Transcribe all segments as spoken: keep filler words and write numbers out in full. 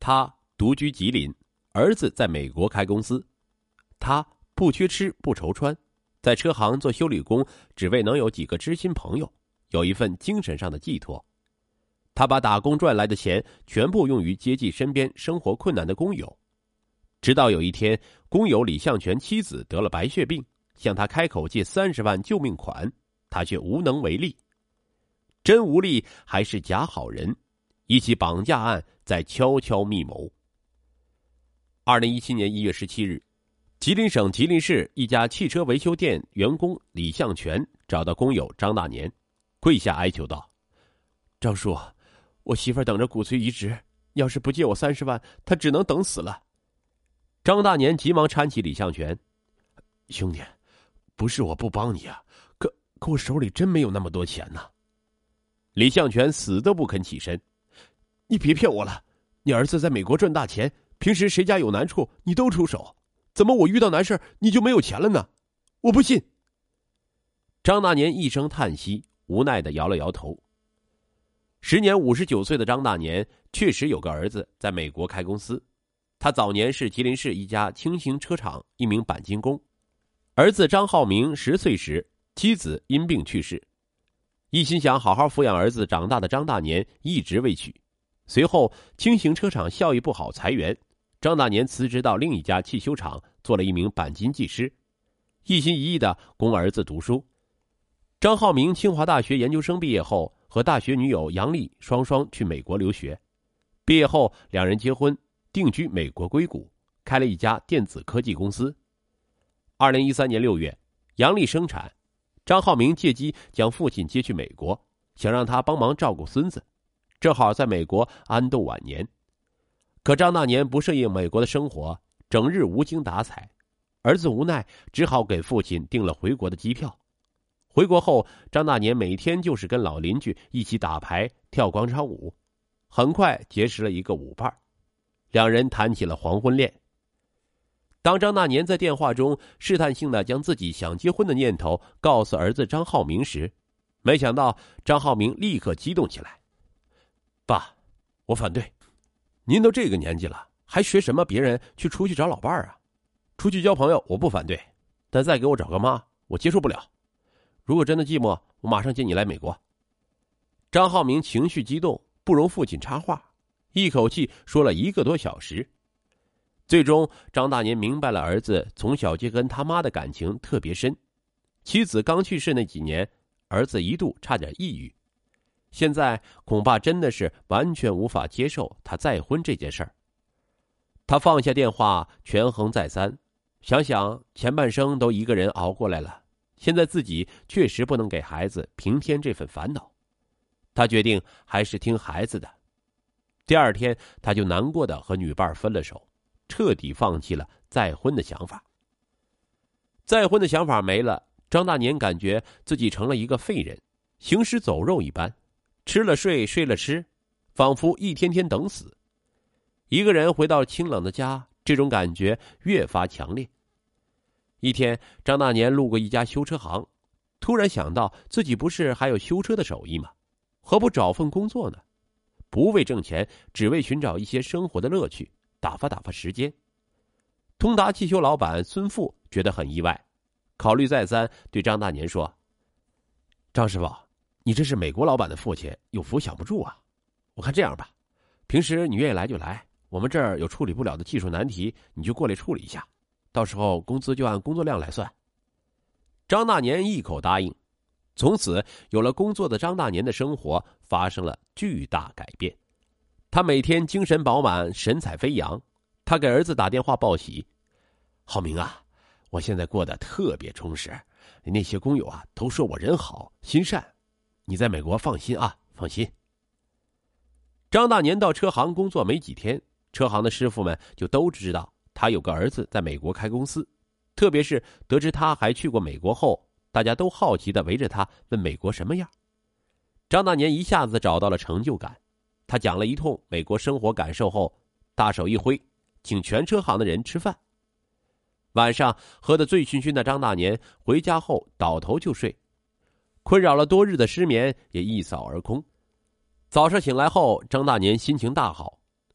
他独居吉林，儿子在美国开公司。他不缺吃不愁穿，在车行做修理工，只为能有几个知心朋友，有一份精神上的寄托。他把打工赚来的钱全部用于接济身边生活困难的工友。直到有一天，工友李向全妻子得了白血病，向他开口借三十万救命款，他却无能为力。真无力还是假好人？一起绑架案在悄悄密谋。二零一七年一月十七日，吉林省吉林市一家汽车维修店员工李向全找到工友张大年，跪下哀求道：“张叔，我媳妇等着骨髓移植，要是不借我三十万，她只能等死了。”张大年急忙搀起李向全：“兄弟，不是我不帮你啊，可可我手里真没有那么多钱呢。”李向全死都不肯起身：“你别骗我了，你儿子在美国赚大钱，平时谁家有难处你都出手，怎么我遇到难事你就没有钱了呢？我不信。”张大年一声叹息，无奈地摇了摇头。时年五十九岁的张大年确实有个儿子在美国开公司，他早年是吉林市一家轻型车厂一名钣金工。儿子张浩明十岁时，妻子因病去世。一心想好好抚养儿子长大的张大年一直未娶。随后轻型车厂效益不好裁员，张大年辞职到另一家汽修厂做了一名钣金技师，一心一意地供儿子读书。张浩明清华大学研究生毕业后，和大学女友杨丽双双去美国留学。毕业后两人结婚，定居美国硅谷，开了一家电子科技公司。二零一三年六月，杨丽生产，张浩明借机将父亲接去美国，想让他帮忙照顾孙子，正好在美国安度晚年。可张大年不适应美国的生活，整日无精打采，儿子无奈只好给父亲订了回国的机票。回国后，张大年每天就是跟老邻居一起打牌、跳广场舞，很快结识了一个舞伴，两人谈起了黄昏恋。当张大年在电话中试探性的将自己想结婚的念头告诉儿子张浩明时，没想到张浩明立刻激动起来：“爸，我反对，您都这个年纪了，还学什么别人去出去找老伴儿啊？出去交朋友我不反对，但再给我找个妈，我接受不了。如果真的寂寞，我马上接你来美国。”张浩明情绪激动，不容父亲插话，一口气说了一个多小时。最终张大年明白了儿子从小就跟他妈的感情特别深。妻子刚去世那几年，儿子一度差点抑郁，现在恐怕真的是完全无法接受他再婚这件事儿。他放下电话，权衡再三，想想前半生都一个人熬过来了，现在自己确实不能给孩子平添这份烦恼。他决定还是听孩子的。第二天他就难过的和女伴分了手，彻底放弃了再婚的想法。再婚的想法没了，张大年感觉自己成了一个废人，行尸走肉一般，吃了睡，睡了吃，仿佛一天天等死。一个人回到清冷的家，这种感觉越发强烈。一天，张大年路过一家修车行，突然想到自己不是还有修车的手艺吗？何不找份工作呢？不为挣钱，只为寻找一些生活的乐趣，打发打发时间。通达汽修老板孙富觉得很意外，考虑再三，对张大年说：“张师傅，你这是美国老板的父亲，有福享不住啊。我看这样吧，平时你愿意来就来，我们这儿有处理不了的技术难题，你就过来处理一下，到时候工资就按工作量来算。”张大年一口答应。从此有了工作的张大年的生活发生了巨大改变。他每天精神饱满，神采飞扬。他给儿子打电话报喜：“浩明啊，我现在过得特别充实，那些工友啊都说我人好心善，你在美国放心啊，放心。”张大年到车行工作没几天，车行的师傅们就都知道他有个儿子在美国开公司，特别是得知他还去过美国后，大家都好奇地围着他问美国什么样。张大年一下子找到了成就感，他讲了一通美国生活感受后，大手一挥，请全车行的人吃饭。晚上喝得醉醺醺的张大年回家后倒头就睡，困扰了多日的失眠也一扫而空。早上醒来后，张大年心情大好，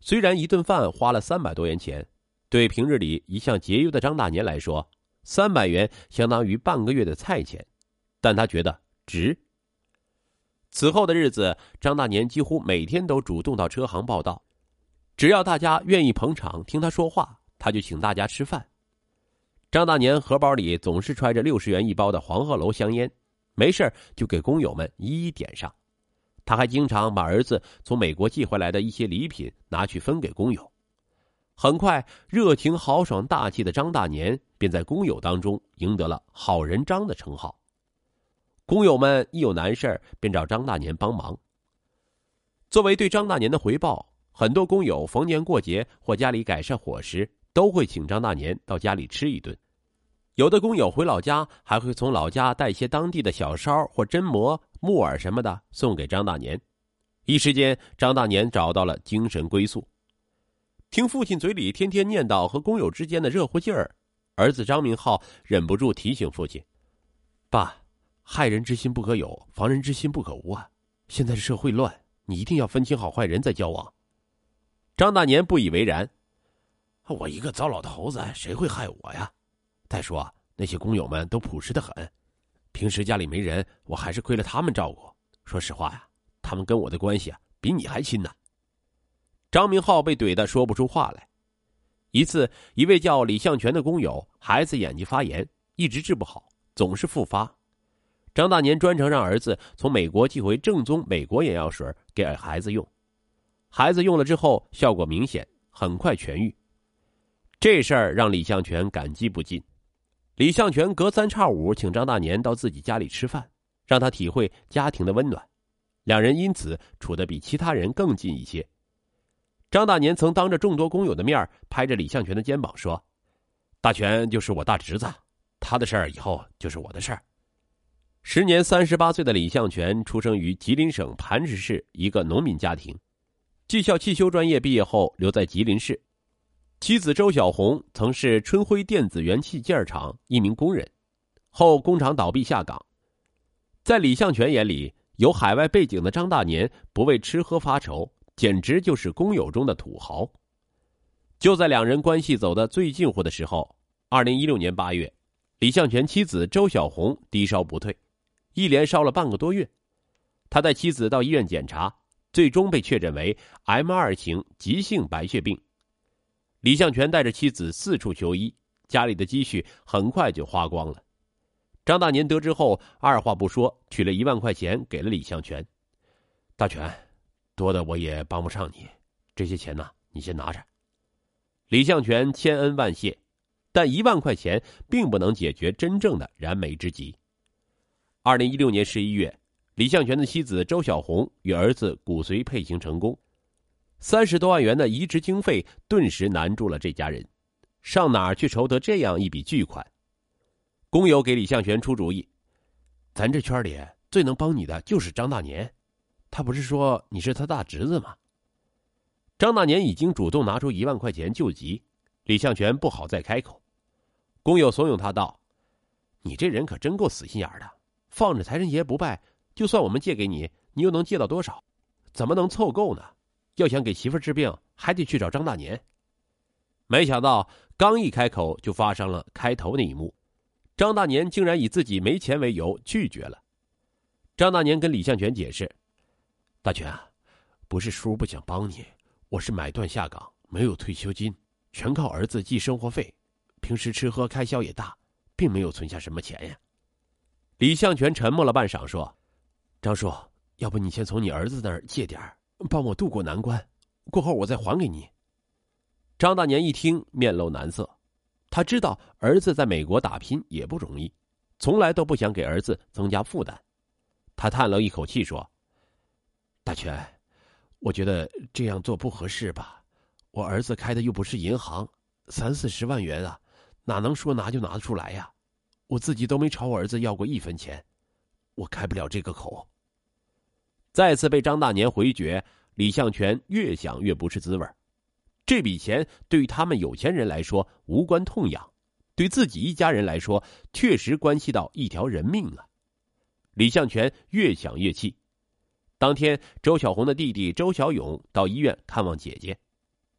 虽然一顿饭花了三百多元钱，对平日里一向节约的张大年来说，三百元相当于半个月的菜钱，但他觉得值。此后的日子，张大年几乎每天都主动到车行报到，只要大家愿意捧场听他说话，他就请大家吃饭。张大年荷包里总是揣着六十元一包的黄鹤楼香烟，没事就给工友们一一点上。他还经常把儿子从美国寄回来的一些礼品拿去分给工友。很快，热情豪爽大气的张大年便在工友当中赢得了好人张的称号。工友们一有难事便找张大年帮忙。作为对张大年的回报，很多工友逢年过节或家里改善伙食，都会请张大年到家里吃一顿。有的工友回老家还会从老家带些当地的小烧或榛蘑、木耳什么的送给张大年。一时间，张大年找到了精神归宿。听父亲嘴里天天念叨和工友之间的热乎劲儿，儿子张明浩忍不住提醒父亲：“爸，害人之心不可有，防人之心不可无啊！现在社会乱，你一定要分清好坏人再交往。”张大年不以为然：“我一个糟老头子，谁会害我呀？再说那些工友们都朴实得很，平时家里没人，我还是亏了他们照顾。说实话呀，他们跟我的关系啊，比你还亲呢。”张明浩被怼得说不出话来。一次，一位叫李向全的工友孩子眼睛发炎，一直治不好，总是复发。张大年专程让儿子从美国寄回正宗美国眼药水给孩子用。孩子用了之后效果明显，很快痊愈。这事儿让李向全感激不尽。李向全隔三差五请张大年到自己家里吃饭，让他体会家庭的温暖，两人因此处得比其他人更近一些。张大年曾当着众多工友的面拍着李向全的肩膀说：“大全就是我大侄子，他的事儿以后就是我的事儿。”时年三十八岁的李向全出生于吉林省磐石市一个农民家庭，技校汽修专业毕业后留在吉林市。妻子周小红曾是春晖电子元器件厂一名工人，后工厂倒闭下岗。在李向全眼里，有海外背景的张大年不为吃喝发愁，简直就是工友中的土豪。就在两人关系走得最近乎的时候，二零一六年八月，李向全妻子周小红低烧不退，一连烧了半个多月。他带妻子到医院检查，最终被确诊为 M 二 型急性白血病。李向全带着妻子四处求医，家里的积蓄很快就花光了。张大年得知后，二话不说，取了一万块钱给了李向全：“大全，多的我也帮不上你，这些钱呢，你先拿着。”李向全千恩万谢，但一万块钱并不能解决真正的燃眉之急。二零一六年十一月，李向全的妻子周小红与儿子骨髓配型成功，三十多万元的移植经费顿时难住了这家人，上哪儿去筹得这样一笔巨款？工友给李向全出主意：“咱这圈里最能帮你的就是张大年，他不是说你是他大侄子吗？”张大年已经主动拿出一万块钱救急，李向全不好再开口。工友怂恿他道：“你这人可真够死心眼的，放着财神爷不拜，就算我们借给你，你又能借到多少？怎么能凑够呢？要想给媳妇治病，还得去找张大年。”没想到刚一开口，就发生了开头那一幕。张大年竟然以自己没钱为由拒绝了。张大年跟李向全解释：“大全啊，不是叔不想帮你，我是买断下岗，没有退休金，全靠儿子寄生活费，平时吃喝开销也大，并没有存下什么钱呀。”李向全沉默了半晌说：“张叔，要不你先从你儿子那儿借点儿，帮我渡过难关，过后我再还给你。”张大年一听，面露难色。他知道儿子在美国打拼也不容易，从来都不想给儿子增加负担。他叹了一口气说：“大全，我觉得这样做不合适吧？我儿子开的又不是银行，三四十万元啊，哪能说拿就拿得出来呀？我自己都没朝我儿子要过一分钱，我开不了这个口。”再次被张大年回绝，李向全越想越不是滋味。这笔钱对于他们有钱人来说无关痛痒，对自己一家人来说确实关系到一条人命啊！李向全越想越气。当天，周小红的弟弟周小勇到医院看望姐姐，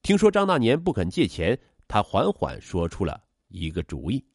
听说张大年不肯借钱，他缓缓说出了一个主意。